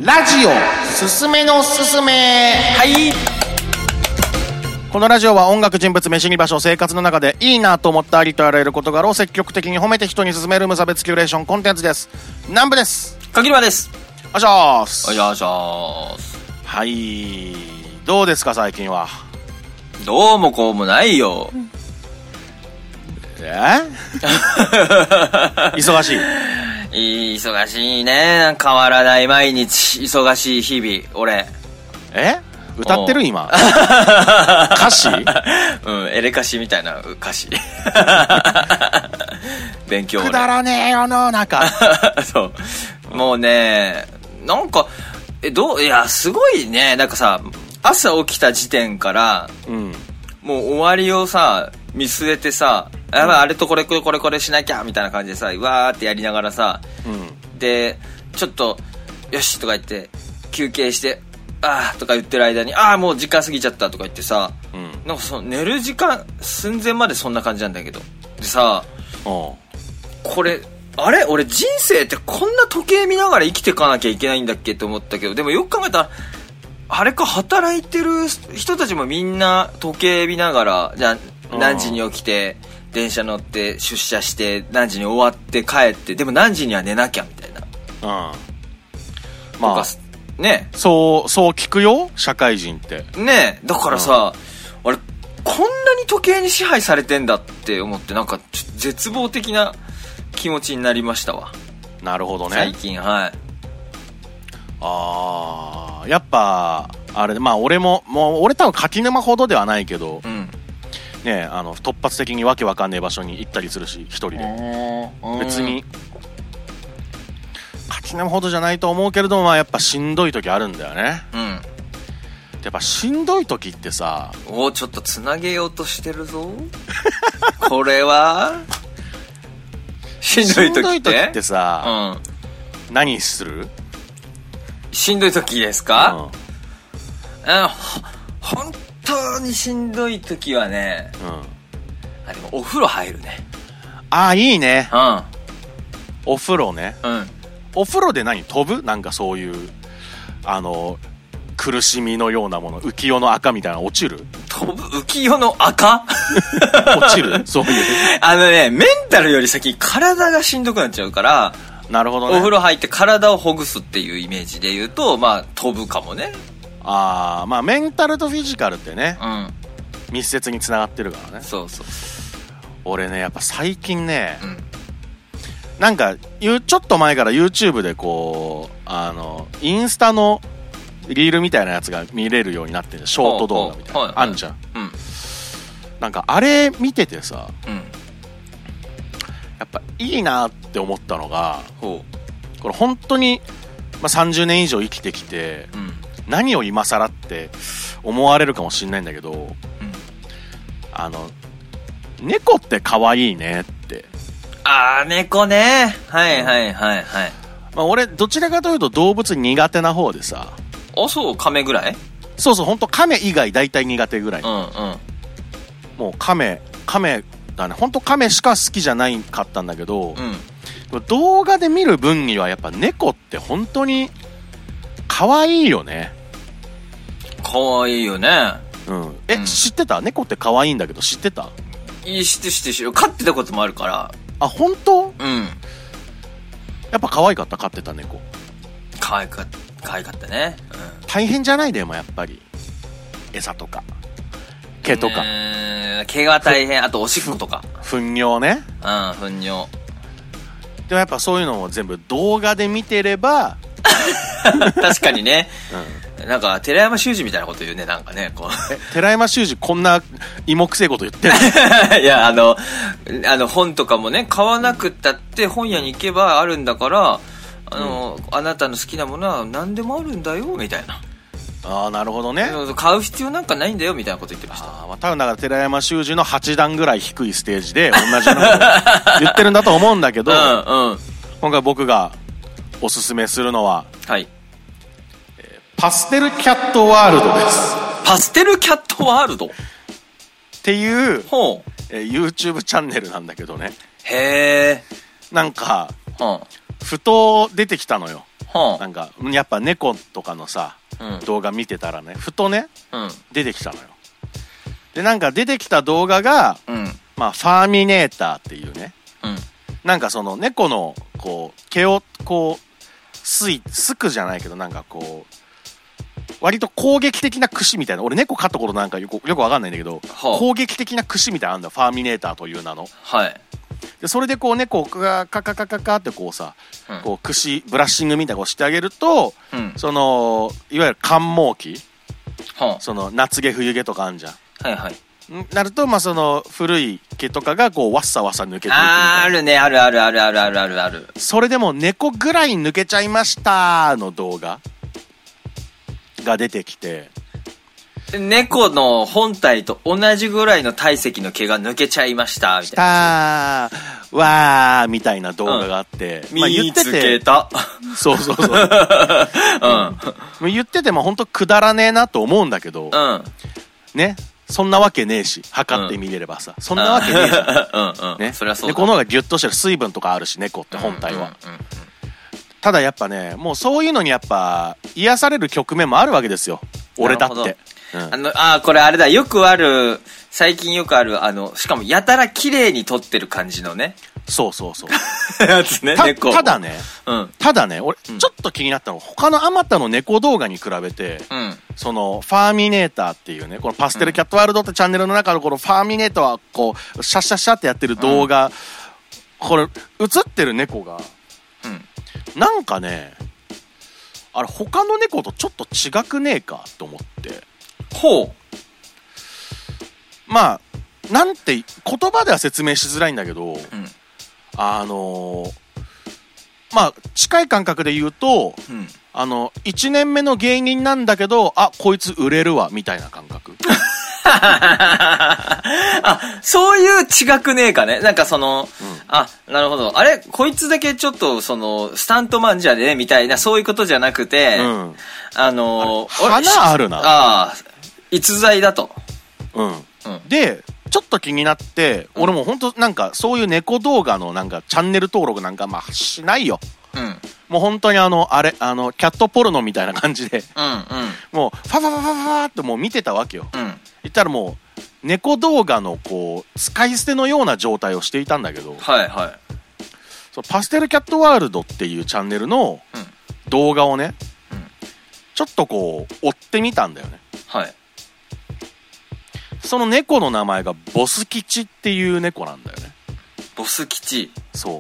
ラジオすすめのすすめ。 はい。 このラジオは音楽、人物、飯に場所、生活の中でいいなと思ったありとあらゆる事柄を積極的に褒めて人に勧める無差別キュレーションコンテンツです。南部です。 かぎりまです。 おしゃーす。 おしゃーしゃーす。 はい、どうですか最近は。 どうもこうもないよ。 忙しい。 忙しいね。変わらない毎日、忙しい日々。俺歌ってる今歌詞エレ歌詞みたいな歌詞勉強くだらねえ世の中そうもうね、なんかいやすごいね。なんかさ、朝起きた時点から、もう終わりをさ見据えてさ、あれとこれしなきゃみたいな感じでさ、わーってやりながらさ、でちょっとよしとか言って休憩して、あーとか言ってる間に、もう時間過ぎちゃったとか言ってさ、なんかその寝る時間寸前までそんな感じなんだけど、でさ、これ俺人生ってこんな時計見ながら生きていかなきゃいけないんだっけと思ったけど、でもよく考えたらあれか、働いてる人たちもみんな時計見ながら、じゃあ何時に起きて電車乗って出社して何時に終わって帰って、でも何時には寝なきゃみたいな。まあね、 そう聞くよ社会人ってね。だからさ、俺こんなに時計に支配されてんだって思って、なんか絶望的な気持ちになりましたわ。 なるほどね。 最近。はい。 やっぱあれで、まあ俺ももう俺多分柿沼ほどではないけど、ね、突発的にわけわかんねえ場所に行ったりするし、一人で。別に柿沼ほどじゃないと思うけれども、まあやっぱしんどい時あるんだよね。やっぱしんどい時ってさ、 ちょっとつなげようとしてるぞこれはしんどい時ってさ、何する？しんどい時ですか？本当にしんどい時はね、でもお風呂入るね。 いいね。お風呂ね。お風呂で飛ぶ？なんかそういう苦しみのようなもの、浮世の赤みたいなの落ちる？ 浮世の赤落ちる？そういうメンタルより先体がしんどくなっちゃうから。 なるほどね。 お風呂入って体をほぐすっていうイメージで言うと、まあ飛ぶかもね。 まあメンタルとフィジカルってね、密接につながってるからね。 そう俺ね、やっぱ最近ね、なんかちょっと前から YouTube でこうインスタのリールみたいなやつが見れるようになってる、ショート動画みたいな、あんじゃん。なんかあれ見ててさ、やっぱいいなって思ったのが、これ本当に、30年以上生きてきて、何を今更って思われるかもしれないんだけど、猫って可愛いねって。 猫ね。 俺どちらかというと動物苦手な方でさ。 そう、亀ぐらい？ そう本当亀以外大体苦手ぐらい。もう亀だね。本当亀しか好きじゃないかったんだけど、動画で見る分にはやっぱ猫って本当に可愛いよね。 可愛いよね。 知ってた？猫って可愛いんだけど知ってた？ 知ってる。飼ってたこともあるから。 本当？やっぱ可愛かった？飼ってた猫可愛かったね。 大変じゃない？でもやっぱり餌とか毛とか。 毛が大変。あとおしっことか糞尿ね。 糞尿でもやっぱそういうのも全部動画で見てれば確かにね。なんか寺山修司みたいなこと言うね。なんかね、こう寺山修司こんな芋くせえこと言ってるいや本とかもね、買わなくったって本屋に行けばあるんだから、あなたの好きなものは何でもあるんだよみたいな。 なるほどね。 買う必要なんかないんだよみたいなこと言ってました。 多分だから寺山修司の8段ぐらい低いステージで同じようなこと言ってるんだと思うんだけど、今回僕がおすすめするのは、パステルキャットワールドです。 パステルキャットワールドっていう、YouTube チャンネルなんだけどね。 へえ。 なんか、ふと出てきたのよ。 なんかやっぱ猫とかのさ、動画見てたらね、ふとね、出てきたのよ。でなんか出てきた動画が、まあファーミネーターっていうね、なんかその猫のこう毛をこうすくじゃないけど、なんかこう割と攻撃的な櫛みたいな、俺猫飼ったことなんかよくわかんないんだけど、攻撃的な櫛みたいなのあんだ、ファーミネーターという名の。 はい。 でそれでこう猫がカカカカカってこうさ、こう櫛ブラッシングみたいなこうしてあげると、そのいわゆる寒毛期、その夏毛冬毛とかあんじゃん。はいはい。なると、まあその古い毛とかがこうわっさわっさ抜けていくみたいな。 あるね、あるあるあるあるあるあるある。 それでも猫ぐらい抜けちゃいましたの動画が出てきて、 猫の本体と同じぐらいの体積の毛が抜けちゃいましたみたいな。 わーみたいな動画があって、 まあ言ってて、見つけた。 そうそうそう。言ってても本当くだらねえなと思うんだけど、ね。そんなわけねえし、測ってみれればさ、そんなわけねえじゃん。ね。 そりゃそうだ。 猫の方がギュッとしてる、水分とかあるし、猫って本体は。ただやっぱね、もうそういうのにやっぱ癒される局面もあるわけですよ。俺だって。 これあれだ、よくある、最近よくある、しかもやたら綺麗に撮ってる感じのね。 そうそうそう。 やつね、猫。 ただね、俺、ちょっと気になったのは、他のあまたの猫動画に比べて、その、ファーミネーターっていうね、このパステルキャットワールドってチャンネルの中のこのファーミネーターは、こう、シャッシャッシャってやってる動画、これ、映ってる猫が、なんかね、あれ、他の猫とちょっと違くねえかと思って。まあ、なんて、言葉では説明しづらいんだけど、まあ、近い感覚で言うと、1年目の芸人なんだけど、あ、こいつ売れるわ、みたいな感覚。 そういう違くねえかね。なんかその、なるほど。あれこいつだけちょっと、その、スタントマンじゃねみたいな、そういうことじゃなくて、 花あるな。 逸材だと。 で、ちょっと気になって、俺もほんとなんかそういう猫動画のなんかチャンネル登録なんかまあしないよ。もう本当にキャットポルノみたいな感じで、もうファファファファファってもう見てたわけよ。言ったらもう猫動画のこう使い捨てのような状態をしていたんだけど、そうパステルキャットワールドっていうチャンネルの動画をね、ちょっとこう追ってみたんだよね。その猫の名前がボス吉っていう猫なんだよね。 ボス吉。 そう。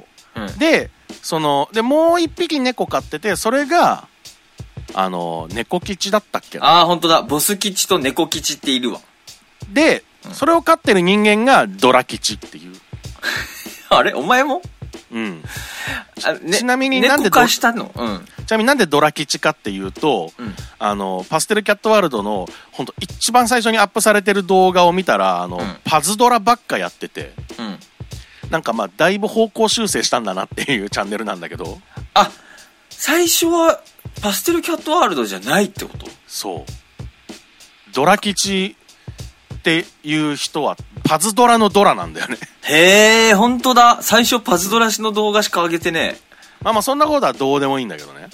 で、もう一匹猫飼ってて、それが、猫吉だったっけな。 ほんとだ。ボス吉と猫吉っているわ。 で、それを飼ってる人間がドラ吉っていう。 あれお前も？ ちなみになんで猫化したの？ ちなみになんでドラ吉かっていうと、パステルキャットワールドのほんと一番最初にアップされてる動画を見たらパズドラばっかやってて、なんかまあだいぶ方向修正したんだなっていうチャンネルなんだけど、 最初はパステルキャットワールドじゃないってこと？ そう、ドラ吉っていう人はパズドラのドラなんだよね。 へー、ほんとだ。最初パズドラの動画しか上げてね。 まあそんなことはどうでもいいんだけどね。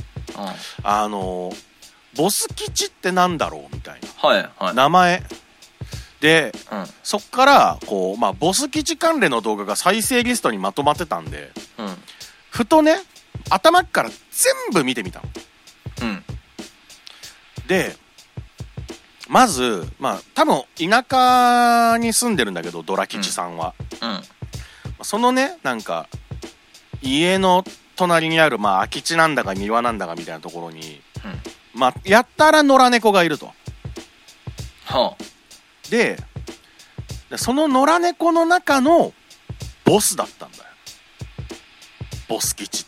ボス吉ってなんだろうみたいな、名前で、そっからこう、まあ、ボス吉関連の動画が再生リストにまとまってたんで、ふとね頭から全部見てみたの。でまずまあ多分田舎に住んでるんだけどドラ吉さんは、そのねなんか家の隣にあるまあ空き地なんだか庭なんだかみたいなところに、まあやったら野良猫がいると。でその野良猫の中のボスだったんだよ、ボス吉って。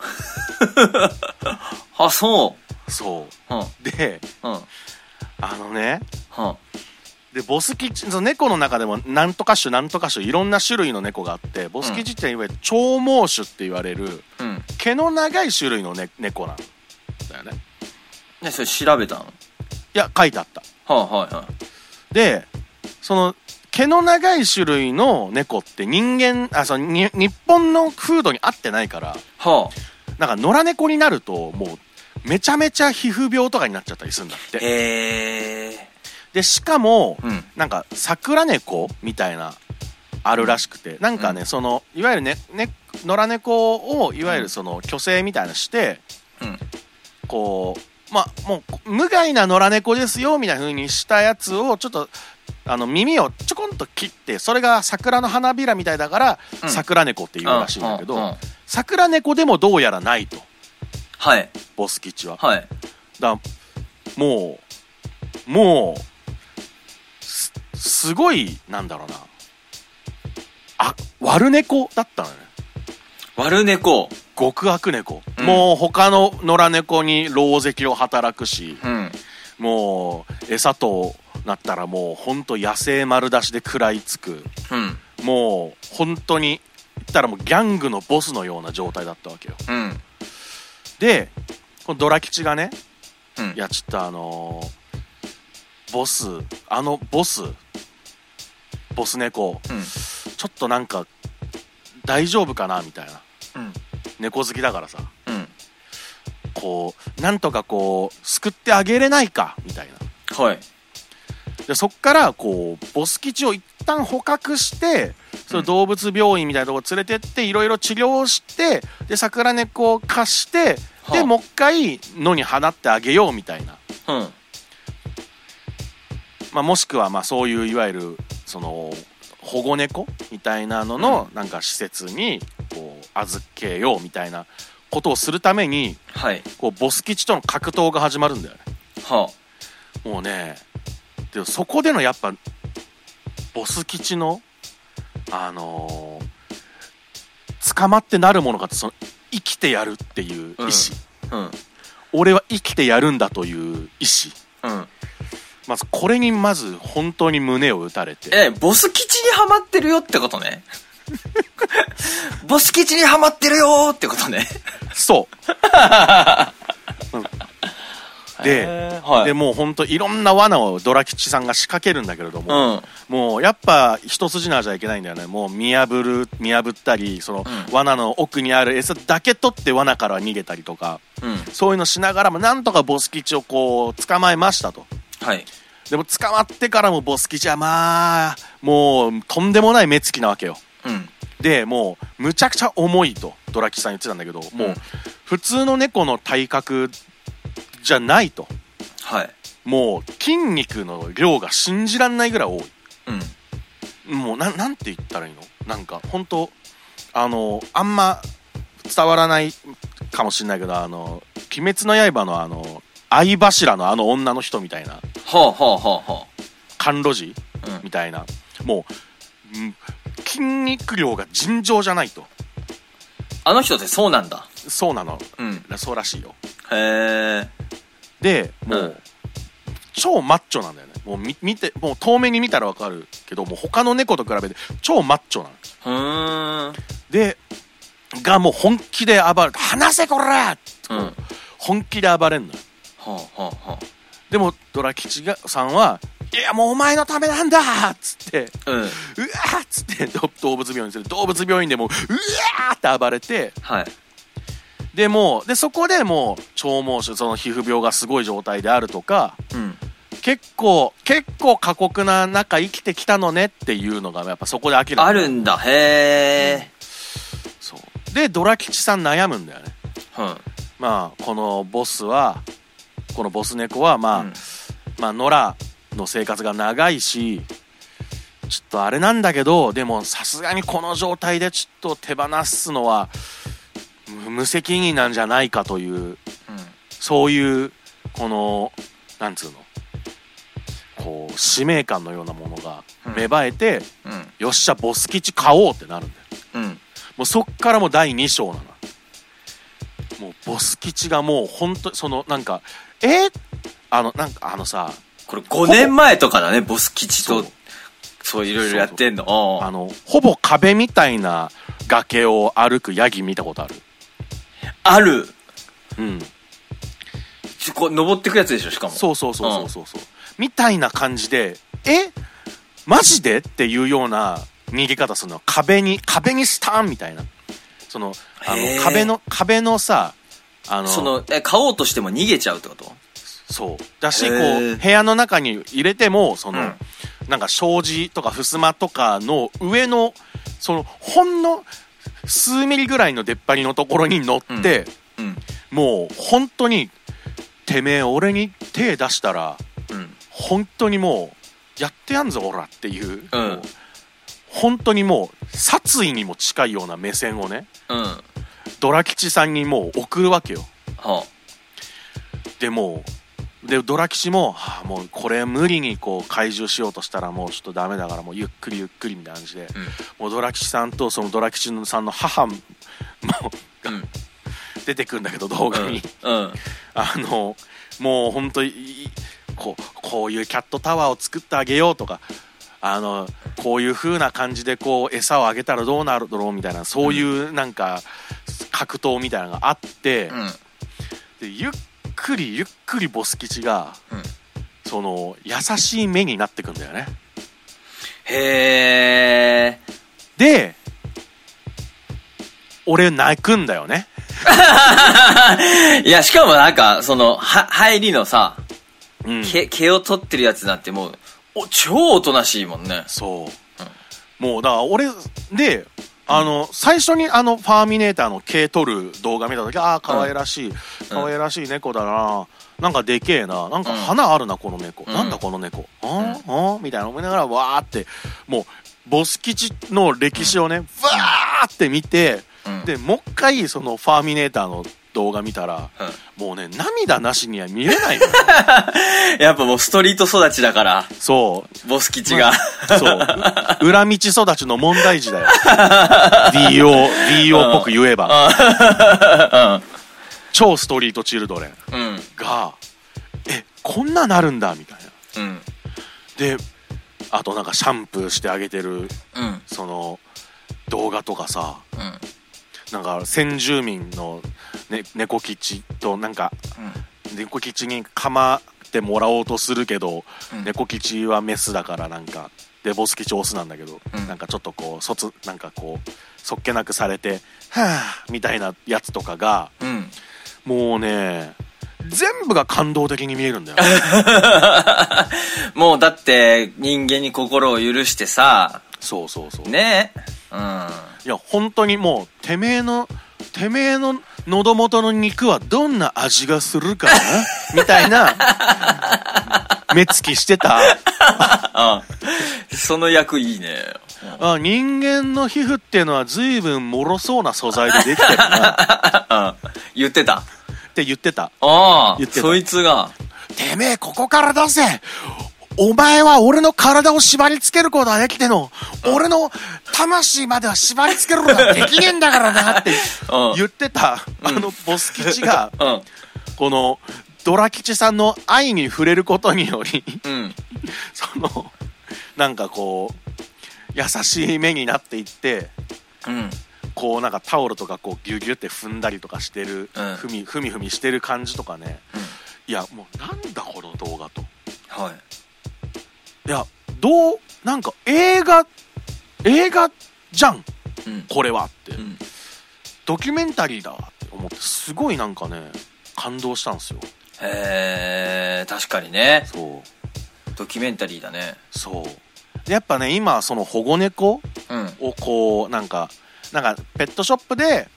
そうで、でボス吉、その猫の中でもなんとか種なんとか種いろんな種類の猫があって、ボス吉っていわゆる長毛種って言われる、毛の長い種類の、猫なんだよね。 それ調べたの？ いや書いてあった。でその毛の長い種類の猫って日本の風土に合ってないから、なんか野良猫になるともうめちゃめちゃ皮膚病とかになっちゃったりするんだって。でしかも、なんか桜猫みたいなあるらしくて、なんかね、そのいわゆるね野良猫をいわゆるその虚勢みたいなして、こうまあもう無害な野良猫ですよみたいな風にしたやつをちょっと耳をちょこんと切って、それが桜の花びらみたいだから、桜猫っていうらしいんだけど、桜猫でもどうやらないと。 はい。 ボス吉は。 はい。 だもうすごいなんだろうな。悪猫だったのよね。 悪猫。 極悪猫。もう他の野良猫に狼藉を働くし、もう餌となったらもうほんと野生丸出しで食らいつく、もう本当に言ったらもうギャングのボスのような状態だったわけよ。でこのドラ吉がね、いやちょっとボス猫、ちょっとなんか大丈夫かなみたいな、猫好きだからさ、こうなんとかこう救ってあげれないかみたいな。はい。でそっからこうボス吉を一旦捕獲して、その動物病院みたいなとこ連れてっていろいろ治療して、で桜猫を貸して、でもう一回野に放ってあげようみたいな。まあ、もしくはまあそういういわゆるその保護猫みたいなののなんか施設にこう預けようみたいなことをするために、こうボス吉との格闘が始まるんだよね。もうね、でもそこでのやっぱボス吉の捕まってなるものがその生きてやるっていう意志、俺は生きてやるんだという意志、まずこれにまず本当に胸を打たれて、 ボス吉にハマってるよってことね。ボス吉にハマってるよってことね。 そうでもう本当いろんな罠をドラ吉さんが仕掛けるんだけれども、もうやっぱ一筋縄じゃいけないんだよね。もう見破ったり、その罠の奥にある餌だけ取って罠から逃げたりとか、そういうのしながらもなんとかボス吉をこう捕まえましたと。でも捕まってからもボス吉はまあもうとんでもない目つきなわけよ。でもうむちゃくちゃ重いとドラ吉さん言ってたんだけど、もう普通の猫の体格じゃないと。もう筋肉の量が信じらんないぐらい多い。もうなんて言ったらいいの、なんか本当あんま伝わらないかもしれないけど、鬼滅の刃の相柱の女の人みたいな、甘露寺みたいな、もう筋肉量が尋常じゃないと。 あの人ってそうなんだ。 そうなの、そうらしいよ。でもう、超マッチョなんだよね。もう見て、もう遠目に見たらわかるけど、もう他の猫と比べて超マッチョなの。でがもう本気で暴れて、離せこらって、本気で暴れんのよ。でもドラ吉さんは、いやもうお前のためなんだっつって、うわーっつって動物病院にする。動物病院でもうわーって暴れて、でもうでそこでもう長毛種、その皮膚病がすごい状態であるとか、結構過酷な中生きてきたのねっていうのがやっぱそこで明らかにあるんだ。 そうでドラ吉さん悩むんだよね。まあこのボス猫はまあ野良の生活が長いし、ちょっとあれなんだけど、でもさすがにこの状態でちょっと手放すのは無責任なんじゃないかという、そういうこのなんつうの、こう使命感のようなものが芽生えて、よっしゃボス吉買おうってなるんだよ。もうそっからもう第2章なの。もうボス吉がもう本当そのなんかなんかさ、 これ5年前とかだね、ボス吉とそういろいろやってんの。 ほぼ壁みたいな崖を歩くヤギ見たことある？ ある。こう登ってくやつでしょ、しかも。 そうみたいな感じで、マジでっていうような逃げ方するの。壁にスタンみたいな、その壁のさ、 買おうとしても逃げちゃうってこと？ そうだし、こう部屋の中に入れてもなんか障子とか襖とかの上のほんの数ミリぐらいの出っ張りのところに乗って、もう本当にてめえ俺に手出したら、本当にもうやってやんぞオラっていう、本当にもう殺意にも近いような目線をね、ドラ吉さんにもう送るわけよ。でドラ吉も、もうこれ無理にこう怪獣しようとしたらもうちょっとダメだからもうゆっくりゆっくりみたいな感じで、もうドラ吉さんとそのドラ吉さんの母も出てくるんだけど動画に、もう本当にこういうキャットタワーを作ってあげようとか、こういう風な感じでこう餌をあげたらどうなるだろうみたいな、そういうなんか格闘みたいなのがあって、でゆっくりボス吉が、優しい目になってくんだよね。 へー。 で俺泣くんだよね。 いやしかもなんか入りのさ、毛を取ってるやつなんてもう超おとなしいもんね。 そう、もうだから俺で最初にファーミネーターの毛取る動画見た時、可愛らしい猫だな、なんかでけえな、なんか花あるなこの猫、なんだこの猫、みたいな思いながらわーってもうボス吉の歴史をね、わーって見て、でもう一回そのファーミネーターの動画見たら、もうね涙なしには見れないのよ。 やっぱもうストリート育ちだから。 そうボス吉が、 そう裏道育ちの問題児だよ。DO っぽく言えば、超ストリートチルドレンが、こんななるんだみたいな、であとなんかシャンプーしてあげてる、その動画とかさ、なんか先住民の、猫吉となんか、猫吉に構ってもらおうとするけど、猫吉はメスだからなんかでボス吉オスなんだけど、なんかちょっとこうなんかこうそっけなくされてはぁみたいなやつとかが、もうね全部が感動的に見えるんだよ。 もうだって人間に心を許してさ、 そうね、 いや本当にもうてめえの喉元の肉はどんな味がするかなみたいな目つきしてた。 その役いいね。 人間の皮膚っていうのは随分脆そうな素材でできてるな。 言ってたって言ってた。 そいつがてめえここから出せ、お前は俺の体を縛り付けることはできての、俺の魂までは縛り付けることはできねえんだからなって言ってたボス吉が、このドラ吉さんの愛に触れることにより、なんかこう優しい目になっていって、こうなんかタオルとかこうギュギュって踏んだりとかしてる、ふみしてる感じとかね、いやもうなんだこの動画と。いやなんか映画じゃん、これはって、ドキュメンタリーだって思って、すごいなんかね感動したんですよ。 へえ、確かにね。そうドキュメンタリーだね。 そうでやっぱね今その保護猫をこうなんかペットショップで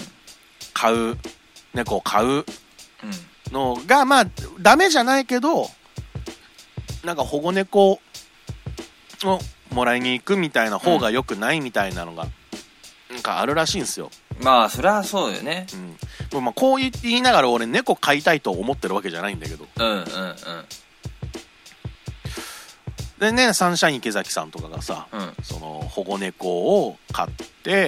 猫を飼うのがまあダメじゃないけど、なんか保護猫をもらいに行くみたいな方が良くないみたいなのがなんかあるらしいんですよ。 まあそりゃそうよね。 まあこう言いながら俺猫飼いたいと思ってるわけじゃないんだけど。でね、サンシャイン池崎さんとかがさ、その保護猫を飼って、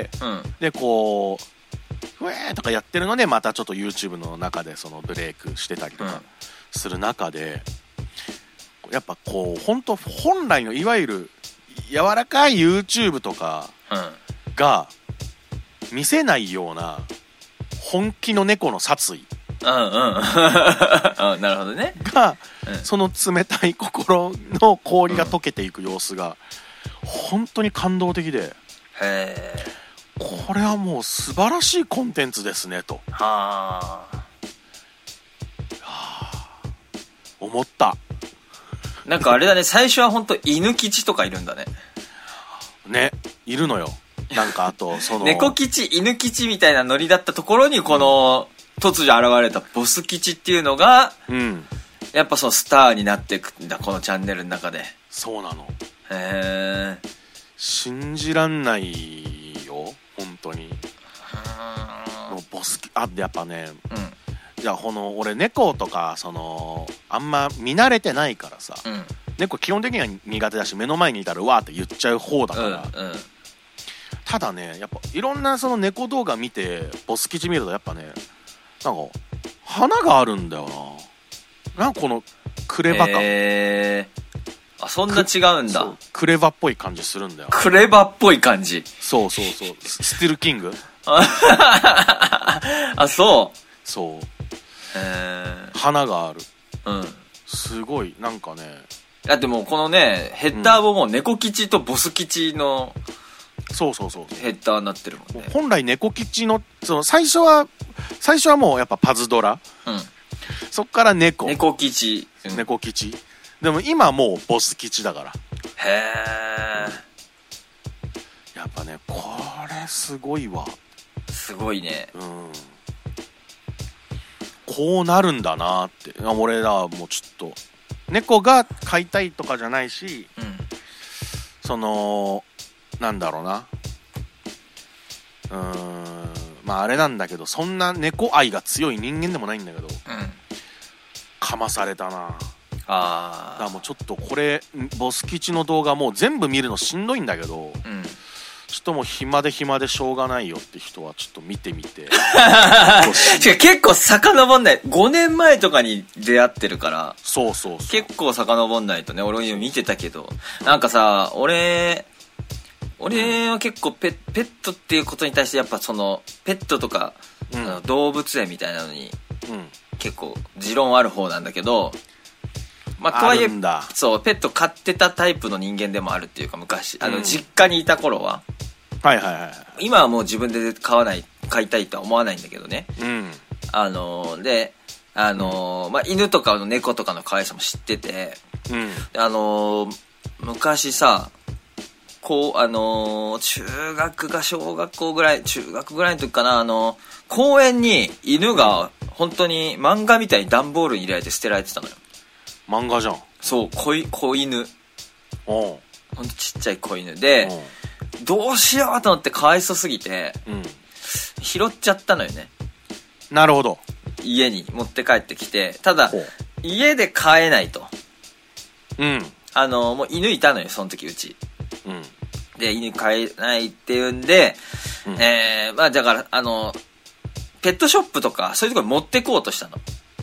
でこうふえーとかやってるのでまたちょっと YouTube の中でそのブレイクしてたりとかする中で、やっぱこう本来のいわゆる柔らかい YouTube とかが見せないような本気の猫の殺意なるほどねが、その冷たい心の氷が溶けていく様子が本当に感動的で、 へこれはもう素晴らしいコンテンツですねと。 思った。 なんかあれだね、最初はほんと犬吉とかいるんだね。 ね、いるのよ。なんかあと、 猫吉、犬吉みたいなノリだったところに、この、突如現れたボス吉っていうのが、やっぱそのスターになっていくんだ、このチャンネルの中で。 そうなの。 へー。 信じらんないよ、本当に。もうボス、やっぱね、いや、俺猫とか、あんま見慣れてないからさ、猫基本的には苦手だし、目の前にいたらうわーって言っちゃう方だから、ただね、やっぱいろんなその猫動画見てボス吉見るとやっぱね、なんか花があるんだよな。なんかこのクレバ感、 あ、そんな違うんだ。 クレバっぽい感じするんだよ。 クレバっぽい感じ。 そうスティルキングあ、 そう花がある。すごいなんかね。 だってもうこのね、ヘッダーももう猫吉とボス吉のそうヘッダーになってるもんね。 本来猫吉の最初はもうやっぱパズドラ、そっから猫吉、 猫吉でも今もうボス吉だから。 へー、やっぱね、これすごいわ。 すごいね。 こうなるんだなって。俺らもうちょっと猫が飼いたいとかじゃないし、なんだろうな、まああれなんだけど、そんな猫愛が強い人間でもないんだけど、かまされたな。だからもうちょっとこれボス吉の動画もう全部見るのしんどいんだけど、ちょっともう暇でしょうがないよって人はちょっと見てみて。 結構遡んない。5年前とかに出会ってるから。 そう結構遡んないとね。俺も見てたけど、なんかさ、俺は結構ペットっていうことに対してやっぱペットとか、動物園みたいなのに、結構持論ある方なんだけど、まあとはいえそうペット飼ってたタイプの人間でもあるっていうか、昔実家にいた頃は、今はもう自分で飼いたいとは思わないんだけどね。でまあ犬とかの猫とかの可愛さも知ってて、昔さ、こう中学か小学校ぐらい、中学ぐらいの時かな、公園に犬が本当に漫画みたいに段ボールに入れられて捨てられてたのよ。 漫画じゃん。 そう、子犬。ほんとちっちゃい子犬で、どうしようと思ってかわいそすぎて、拾っちゃったのよね。 なるほど。 家に持って帰ってきて、ただ家で飼えないと。もう犬いたのよ、その時うち。で、犬飼えないっていうんで、まあだからペットショップとかそういうところに持ってこうとしたの。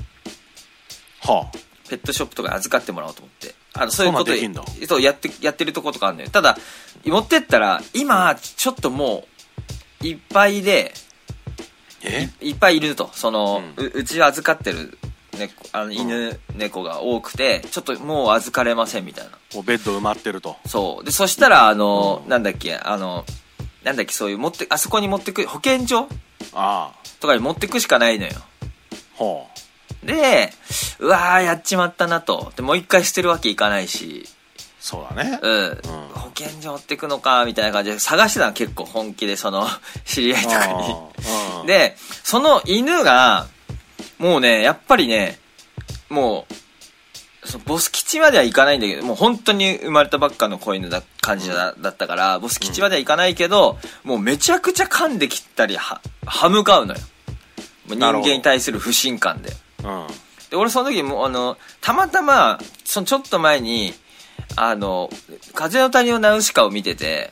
ペットショップとか預かってもらおうと思って。そういうことそうやってるとことかあるのよ。ただ、持ってったら、今、ちょっともう、いっぱいで、いっぱいいると。うちは預かってる犬、猫が多くて、ちょっともう預かれませんみたいな。 もうベッド埋まってると。 そう。で、そしたら、なんだっけ、そういうあそこに持ってく、保健所とかに持ってくしかないのよ。で、うわーやっちまったなと。で、もう一回捨てるわけいかないし。 そうだね。 保健所持ってくのか、みたいな感じで探してたの、結構本気で、知り合いとかに。で、その犬が、もうね、やっぱりね、もう、ボス吉まではいかないんだけど、もう本当に生まれたばっかの子犬感じだったから、ボス吉まではいかないけど、もうめちゃくちゃ噛んできたり、歯向かうのよ。人間に対する不信感で。で、俺その時もたまたまちょっと前に風の谷のナウシカを見てて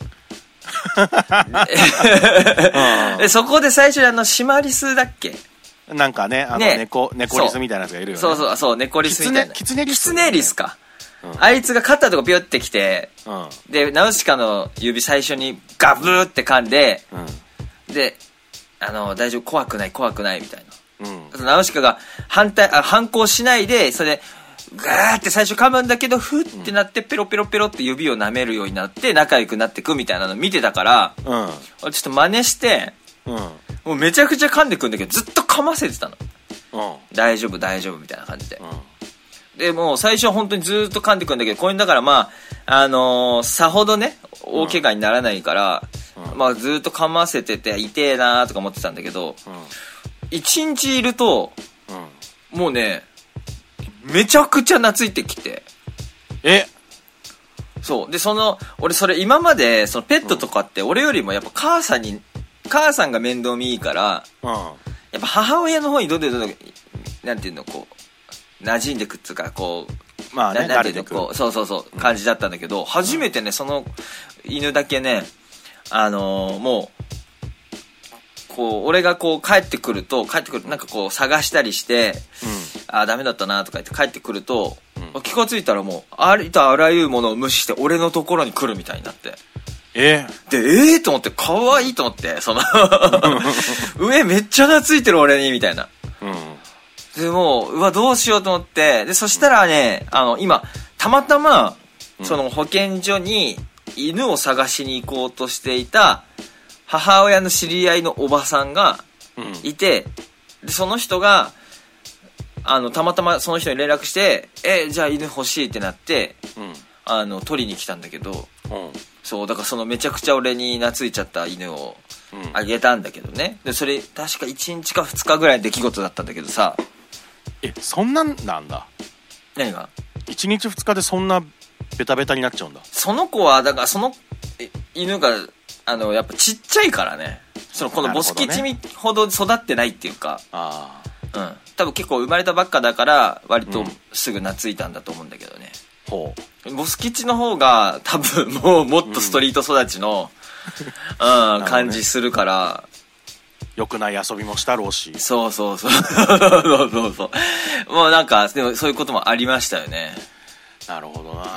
でそこで最初にシマリスだっけ、 なんかね、猫リスみたいなやつがいるよね。 そう猫リスみたいな。 キツネリスか、あいつが肩とかピュってきて、でナウシカの指最初にガブーって噛んで、で大丈夫、怖くないみたいな。ナウシカが反抗しないで、それでガーって最初噛むんだけど、フッってなってペロペロペロって指を舐めるようになって仲良くなってくみたいなの見てたから、ちょっと真似して、もうめちゃくちゃ噛んでくんだけど、ずっと噛ませてたの。大丈夫みたいな感じで。 でもう最初は本当にずーっと噛んでくるんだけど、これだからまあさほどね大怪我にならないから、まあずーっと噛ませてて痛えなーとか思ってたんだけど、1日いると、もうねめちゃくちゃ懐いてきて、そうで俺それ今までそのペットとかって俺よりもやっぱ母さんが面倒見いいから、やっぱ母親の方にどんどんなんていうのこう馴染んでくっつうかこうまあねなんていうのこうそう感じだったんだけど、初めてねその犬だけねもうこう俺がこう帰ってくるなんかこう探したりして、ダメだったなとか言って帰ってくると、気がついたらもうありとあらゆるものを無視して俺のところに来るみたいになって、でと思って可愛いと思って上めっちゃ懐いてる俺にみたいな、でもうわどうしようと思って、でそしたらね今たまたまその保健所に犬を探しに行こうとしていた母親の知り合いのおばさんがいて、でその人がたまたまその人に連絡してじゃあ犬欲しいってなって、取りに来たんだけど、そうだからそのめちゃくちゃ俺に懐いちゃった犬をあげたんだけどね、でそれ確か1日か2日ぐらいの出来事だったんだけどさ。 そんなんなんだ。 何が 1日2日でそんなベタベタになっちゃうんだ。 その子はだからその犬がやっぱちっちゃいからね、このボスキチミほど育ってないっていうか、多分結構生まれたばっかだから割とすぐ懐いたんだと思うんだけどね、ボスキチの方が多分もっとストリート育ちの、感じするから、 良くない遊びもしたろうし。 そうもうなんかでもそういうこともありましたよね。 なるほどな。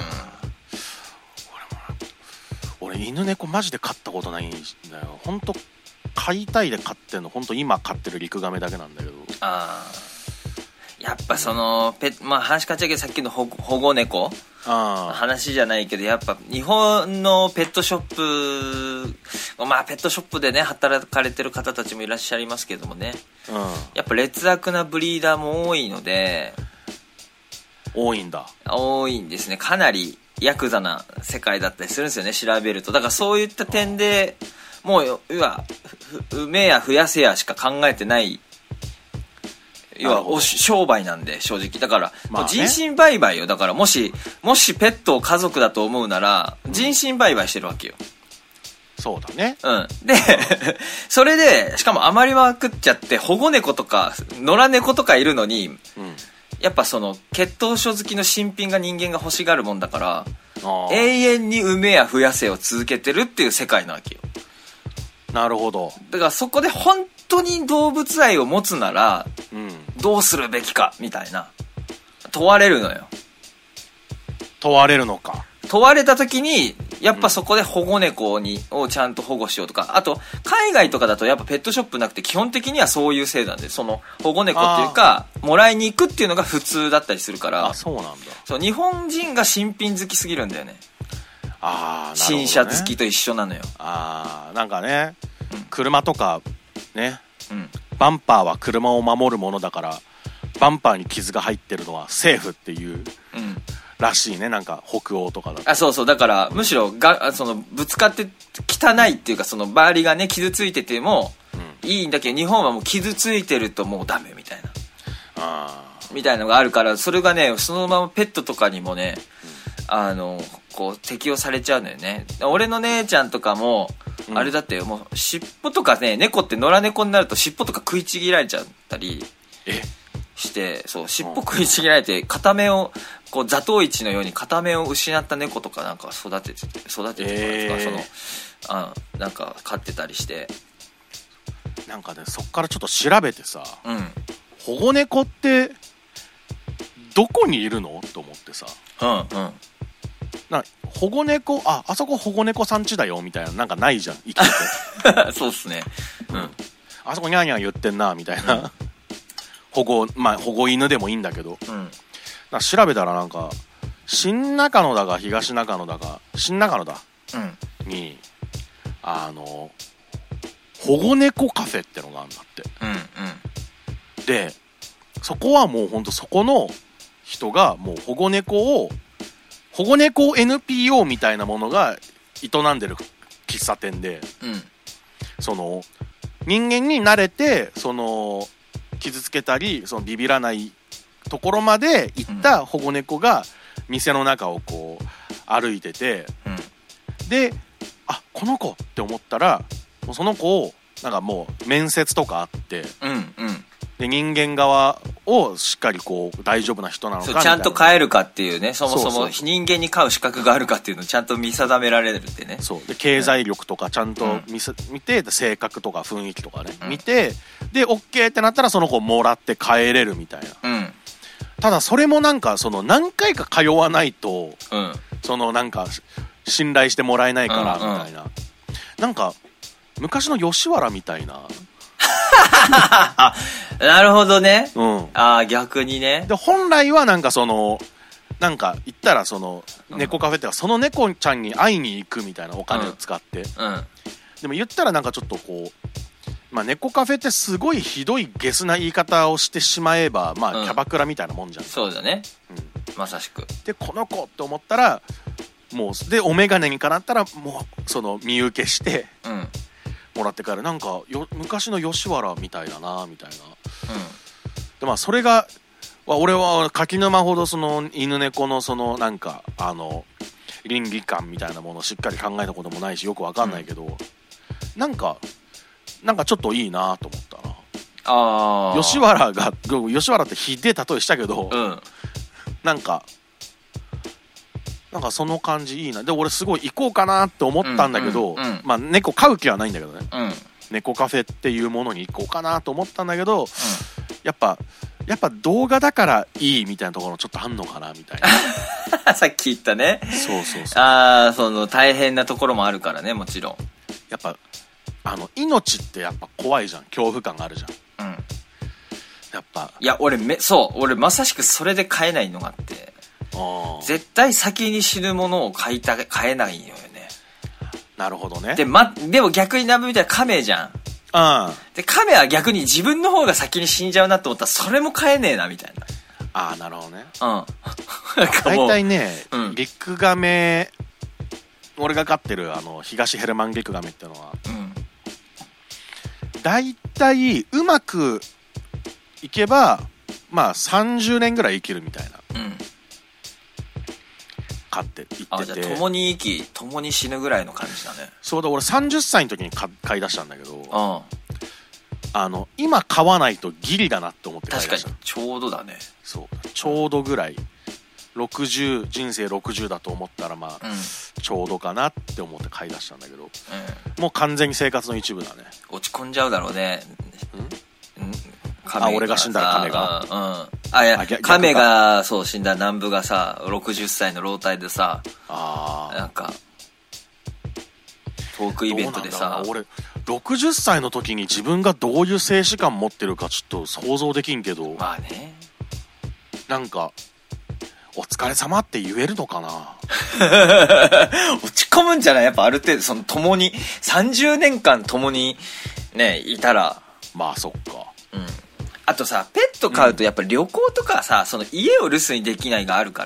俺犬猫マジで飼ったことないんだよ。本当飼いたいで飼ってんの本当今飼ってるリクガメだけなんだけど。やっぱその話変わっちゃうけどさっきの保護猫話じゃないけど、やっぱ日本のペットショップペットショップでね働かれてる方たちもいらっしゃいますけどもね、やっぱ劣悪なブリーダーも多いので。 多いんだ。 多いんですね。かなりヤクザな世界だったりするんですよね、調べると。だからそういった点でもう埋めや増やせやしか考えてない、要は商売なんで正直。だから人身売買よ。だからもしペットを家族だと思うなら人身売買してるわけよ。 そうだね。 でそれでしかも余りまくっちゃって保護猫とか野良猫とかいるのに、やっぱその血統書好きの新品が人間が欲しがるもんだから、永遠に埋めや増やせを続けてるっていう世界なわけよ。 なるほど。 だからそこで本当に動物愛を持つなら、どうするべきかみたいな問われるのよ。 問われるのか。 問われた時にやっぱそこで保護猫をちゃんと保護しようとか、あと海外とかだとやっぱペットショップなくて基本的にはそういう制度なんで、その保護猫っていうかもらいに行くっていうのが普通だったりするから。 そうなんだ。 そう、日本人が新品好きすぎるんだよね。 なるほどね。 新車好きと一緒なのよ。 なんかね、車とかね、バンパーは車を守るものだからバンパーに傷が入ってるのはセーフっていう、らしいね。なんか北欧とかだと。 そうだからむしろそのぶつかって汚いっていうか、その周りがね傷ついててもいいんだけど、日本はもう傷ついてるともうダメみたいなみたいなのがあるから、それがねそのままペットとかにもね、こう適用されちゃうのよね。俺の姉ちゃんとかもあれだってよ、もう尻尾とかね、猫って野良猫になると尻尾とか食いちぎられちゃったりして、そう尻尾食いちぎられて片目をこう座頭市のように片目を失った猫とかなんか育ててとかなんか飼ってたりして、 なんかねそっからちょっと調べてさ、保護猫ってどこにいるのと思ってさ、保護猫あそこ保護猫さん家だよみたいななんかないじゃん、生きててそうっすね。 あそこニャーニャー言ってんなみたいな、保護犬でもいいんだけど、調べたらなんか新中野だか東中野だか新中野だ、に保護猫カフェってのがあるんだって。でそこはもうほんとそこの人がもう保護猫 NPO みたいなものが営んでる喫茶店で、その人間に慣れてその傷つけたりそのビビらないところまで行った保護猫が店の中をこう歩いてて、であこの子って思ったらもうその子をなんかもう面接とかあって、で人間側をしっかりこう大丈夫な人なのかみたいな、 ちゃんと飼えるかっていうね、そもそも人間に飼う資格があるかっていうのをちゃんと見定められるってね。 そうで経済力とかちゃんと見て、性格とか雰囲気とかね、見てで OK ってなったらその子をもらって帰れるみたいな、ただそれもなんかその何回か通わないと、そのなんか信頼してもらえないからみたいな、なんか昔の吉原みたいななるほどね。逆にね。 で本来はなんかそのなんか言ったらその猫カフェってかその猫ちゃんに会いに行くみたいなお金を使って、でも言ったらなんかちょっとこう、まあ猫カフェってすごいひどいゲスな言い方をしてしまえばまあキャバクラみたいなもんじゃん。 そうだね。まさしく。 でこの子って思ったらもうでお眼鏡にかなったらもうその見受けして、もらって帰る。なんか昔の吉原みたいだなみたいな、でまあそれが俺は柿沼ほどその犬猫のそのなんか倫理観みたいなものをしっかり考えたこともないしよくわかんないけど、なんかちょっといいなと思ったな。吉原ってひでえ例えしたけど、なんかその感じいいな。で俺すごい行こうかなって思ったんだけど、まあ猫飼う気はないんだけどね、猫カフェっていうものに行こうかなと思ったんだけど、やっぱ動画だからいいみたいなところちょっとあんのかなみたいなさっき言ったね。そうその大変なところもあるからね、もちろん。 やっぱ命ってやっぱ怖いじゃん、恐怖感があるじゃん。やっぱいや俺まさしくそれで飼えないのがあって、絶対先に死ぬものを飼えないのよね。 なるほどね。 でも逆にナブみたいな亀じゃん。で亀は逆に自分の方が先に死んじゃうなって思ったらそれも飼えねえなみたいな。 なるほどね。 大体ね、リクガメ、俺が飼ってる東ヘルマンリクガメっていうのは、大体うまくいけばまあ30年ぐらい生きるみたいな、飼って言ってて、 じゃあ共に生き共に死ぬぐらいの感じだね。 そうだ、俺30歳の時に買い出したんだけど、今買わないとギリだなって思って買い出した。 確かにちょうどだね。 そうちょうどぐらい60人生60だと思ったらまあ、ちょうどかなって思って買い出したんだけど、もう完全に生活の一部だね。 落ち込んじゃうだろうね。 俺が死んだら亀が、 いや亀がそう死んだ南部がさ60歳の老体でさ、なんかトークイベントでさ、 俺60歳の時に自分がどういう静止感持ってるかちょっと想像できんけど、 まあね、 なんかお疲れ様って言えるのかな落ち込むんじゃない？やっぱある程度その共に30年間共にねいたら。 まあそっか。 あとさペット飼うとやっぱ旅行とかさ、その家を留守にできないがあるから。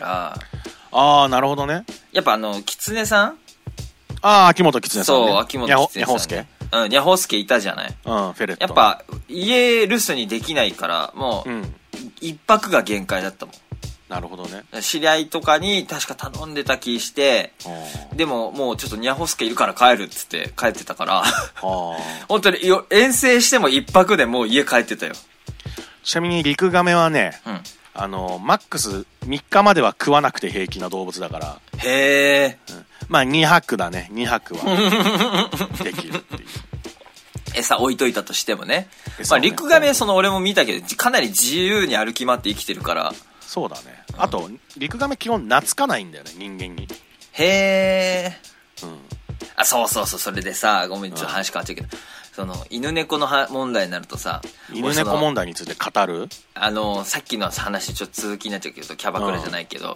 なるほどね。 やっぱキツネさん、 秋元キツネさんね。 そう秋元キツネさん、ね、ニャホスケいたじゃない。 フェレット。 やっぱ家留守にできないからもう、一泊が限界だったもん。 なるほどね。 知り合いとかに確か頼んでた気して、でももうちょっとニャホスケいるから帰るっつって帰ってたから本当に遠征しても一泊でもう家帰ってたよ。 ちなみにリクガメはね、マックス3日までは食わなくて平気な動物だから。 へえ、 まあ2泊だね。2泊はできるっていう。 餌置いといたとしてもね。まあリクガメ俺も見たけどかなり自由に歩き回って生きてるから。 そうだね。あとリクガメ基本懐かないんだよね、人間に。 へえ。そうそれでさ、ごめんちょっと話変わっちゃうけど、その犬猫の問題になるとさ、 犬猫問題について語る？ さっきの話ちょっと続きになっちゃうけど、キャバクラじゃないけど、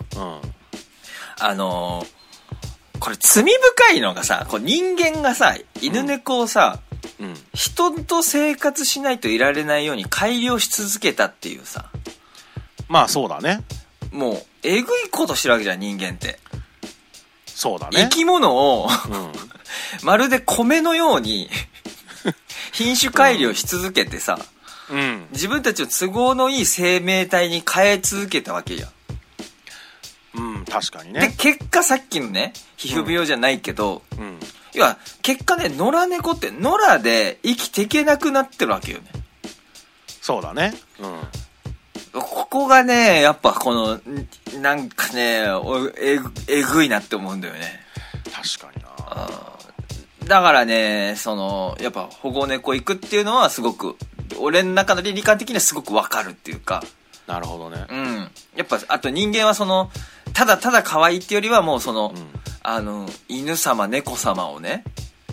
これ罪深いのがさ、人間がさ犬猫をさ、人と生活しないといられないように改良し続けたっていうさ。 まあそうだね。 もうえぐいことしてるわけじゃん、人間って。 そうだね。 生き物を、まるで米のように品種改良し続けてさ、自分たちの都合のいい生命体に変え続けたわけや。 確かにね。 で、結果さっきのね、皮膚病じゃないけど、要は、結果ね、野良猫って野良で生きていけなくなってるわけよね。 そうだね。 ここがね、やっぱこの、なんかね、えぐいなって思うんだよね。 確かにな。 だからね、やっぱ保護猫行くっていうのはすごく、俺の中の倫理観的にはすごくわかるっていうか。 なるほどね。 やっぱ、あと人間はただただ可愛いってよりはもう犬様、猫様をね。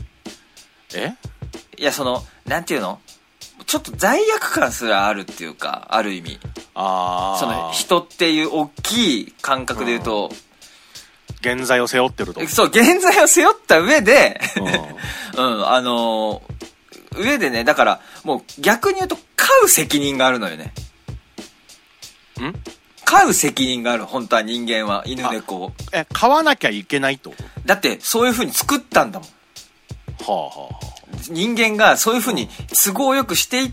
いや、なんていうの？ちょっと罪悪感すらあるっていうか、ある意味。人っていう大きい感覚で言うと、 現在を背負ってると。 そう、現在を背負った上で、上でね、だから、もう逆に言うと、飼う責任があるのよね。飼う責任がある、本当は人間は、犬猫を。 飼わなきゃいけないと。 だって、そういう風に作ったんだもん。人間がそういう風に都合よくしていって、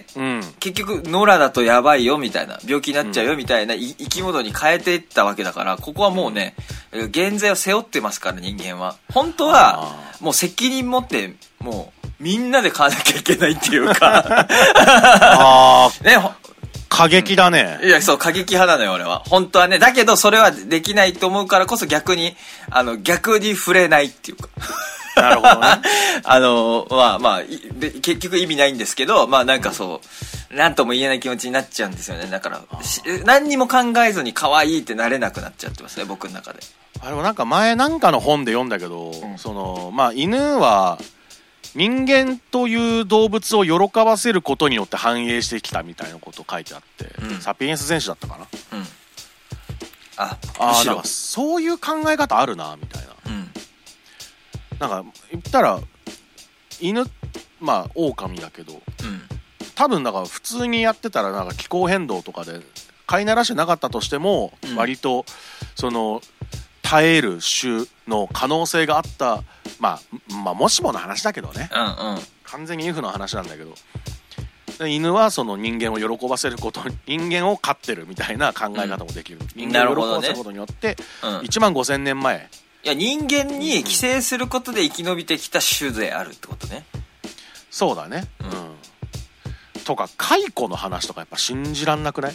結局野良だとやばいよみたいな、病気になっちゃうよみたいな生き物に変えていったわけだから、ここはもうね、現在を背負ってますから、人間は。本当はもう責任持って、もうみんなで飼わなきゃいけないっていうかね、 過激だね。 いや、そう、過激派なのよ、俺は。本当はね。だけど、それはできないと思うからこそ逆に触れないっていうか。 なるほどね。 結局意味ないんですけど、なんかなんとも言えない気持ちになっちゃうんですよね。だから、何にも考えずに可愛いってなれなくなっちゃってますね、僕の中で。 でもなんか前なんかの本で読んだけど、犬は、人間という動物を喜ばせることによって繁栄してきたみたいなこと書いてあって、サピエンス全史だったかな。むしろそういう考え方あるなみたいな。なんか言ったら犬、狼だけど、多分だから普通にやってたらなんか気候変動とかで飼いならしてなかったとしても、割と耐える種の可能性があった、もしもの話だけどね、完全に F の話なんだけど、犬は人間を喜ばせることに、人間を飼ってるみたいな考え方もできる。人間を喜ばせることによって、15000年前、 いや、人間に寄生することで生き延びてきた種であるってことね。 そうだね。とか、蚕の話とかやっぱ信じらんなくない？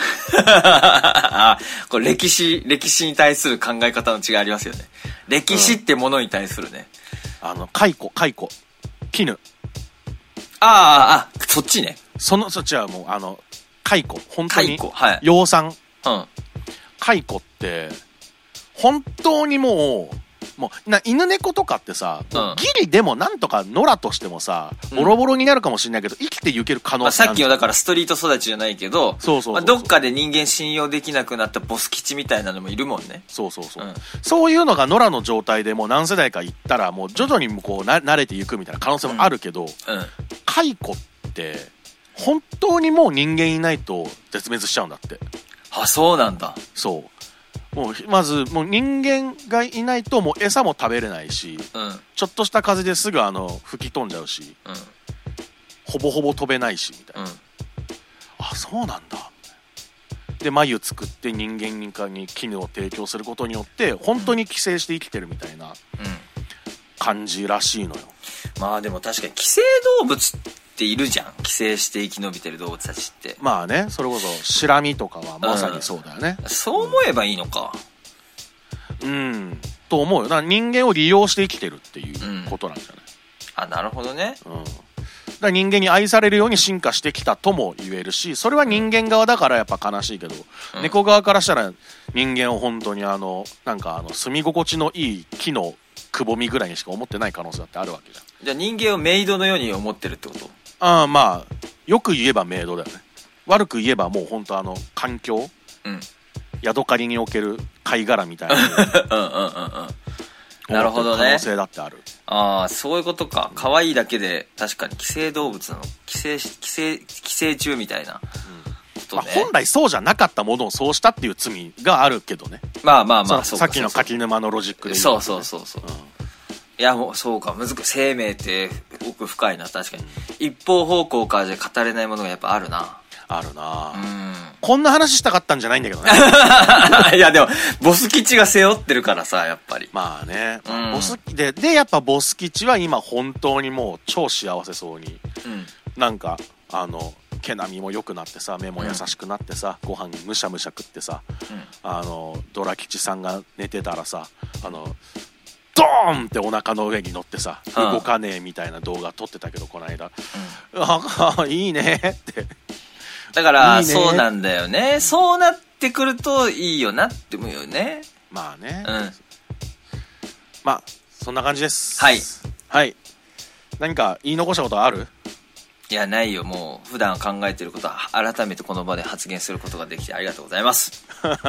これ歴史に対する考え方の違いありますよね。歴史ってものに対するね。 蚕、絹。 そっちね。 そっちはもう、蚕、本当に、 養蚕。蚕って、本当にもう犬猫とかってさ、ギリでもなんとか野良としてもさ、ボロボロになるかもしれないけど、生きていける可能性ある。 さっきのだからストリート育ちじゃないけど、どっかで人間信用できなくなったボス吉みたいなのもいるもんね。そういうのが野良の状態でもう何世代か行ったら、もう徐々にこう慣れていくみたいな可能性もあるけど、蚕って本当にもう人間いないと絶滅しちゃうんだって。 そうなんだ。 そう。まず人間がいないともう餌も食べれないし、ちょっとした風ですぐ吹き飛んじゃうし、ほぼほぼ飛べないしみたいな。そうなんだ。で繭作って人間に絹を提供することによって本当に寄生して生きてるみたいな感じらしいのよ。 でも確かに寄生動物っているじゃん。寄生して生き延びてる動物たちって。 それこそシラミとかはまさにそうだよね。 そう思えばいいのか。 と思うよ。人間を利用して生きてるっていうことなんじゃない？ なるほどね。 だから人間に愛されるように進化してきたとも言えるし、それは人間側だからやっぱ悲しいけど、猫側からしたら人間を本当になんか住み心地のいい木のくぼみぐらいにしか思ってない可能性だってあるわけじゃん。 じゃあ人間をメイドのように思ってるってこと？ よく言えばメイドだよね。悪く言えばもう本当環境、ヤドカリにおける貝殻みたいななるほどね。 可能性だってある。 そういうことか。可愛いだけで確かに寄生動物なの。寄生虫みたいなこことね。 本来そうじゃなかったものをそうしたっていう罪があるけどね。 まあさっきの柿沼のロジックで言う、ね、そう、いやもうそうか、生命って奥深いな。確かに一方方向からじゃ語れないものがやっぱあるな。 こんな話したかったんじゃないんだけどね。 いやでもボス吉が背負ってるからさ、やっぱりまあね、ボスでやっぱボス吉は今本当にもう超幸せそうに、なんか毛並みも良くなってさ、目も優しくなってさ、ご飯むしゃむしゃ食ってさ、ドラ吉さんが寝てたらさ、ドーンってお腹の上に乗ってさ、動かねえみたいな動画撮ってたけど、この間、いいねってだからそうなんだよね。そうなってくるといいよなって思うよね。 まあね、まあそんな感じです。 はい。 何か言い残したことある？ いやないよ。もう普段考えてることは改めてこの場で発言することができてありがとうございます。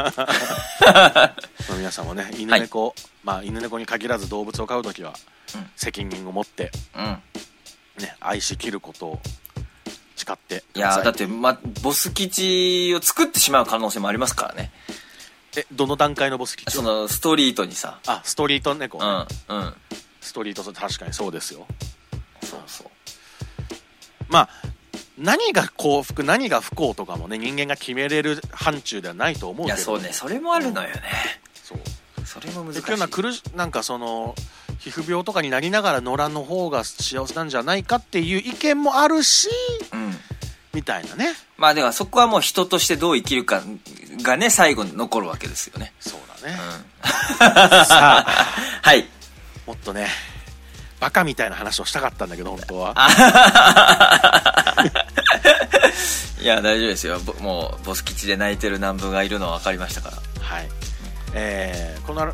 皆さんもね、犬猫、犬猫に限らず動物を飼うときは、責任を持って、ね、愛しきることを誓ってください。 いやだってボス吉を作ってしまう可能性もありますからね。 どの段階のボス吉？ そのストリートにさ。 ストリート猫ね。ストリート、確かにそうですよ。そう。何が幸福何が不幸とかもね、人間が決めれる範疇ではないと思うけど、 いやそうね、それもあるのよね。それも難しい。 なんかその皮膚病とかになりながら野良の方が幸せなんじゃないかっていう意見もあるし、みたいなね。 ではそこはもう人としてどう生きるかがね、最後に残るわけですよね。 そうだね。さあ、 はい。 もっとね、バカみたいな話をしたかったんだけど、本当は。 いや大丈夫ですよ。もうボス吉で泣いてる南部がいるのは分かりましたから。 はい。この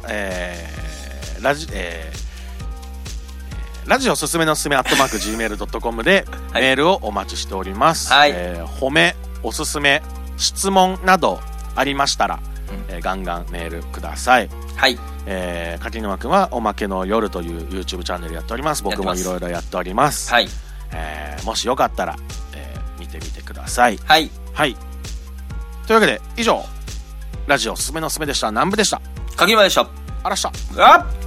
ラジオすすめのすすめ@gmail.com でメールをお待ちしております。褒め、おすすめ、質問などありましたら、ガンガンメールください。 はい。 柿沼くんはおまけの夜という YouTube チャンネルやっております。僕もいろいろやっております。 はい。 もしよかったら、見てみてください。 はい。 はい。というわけで以上、ラジオすすめのすすめでした。南部でした。 柿沼でした。 あらした。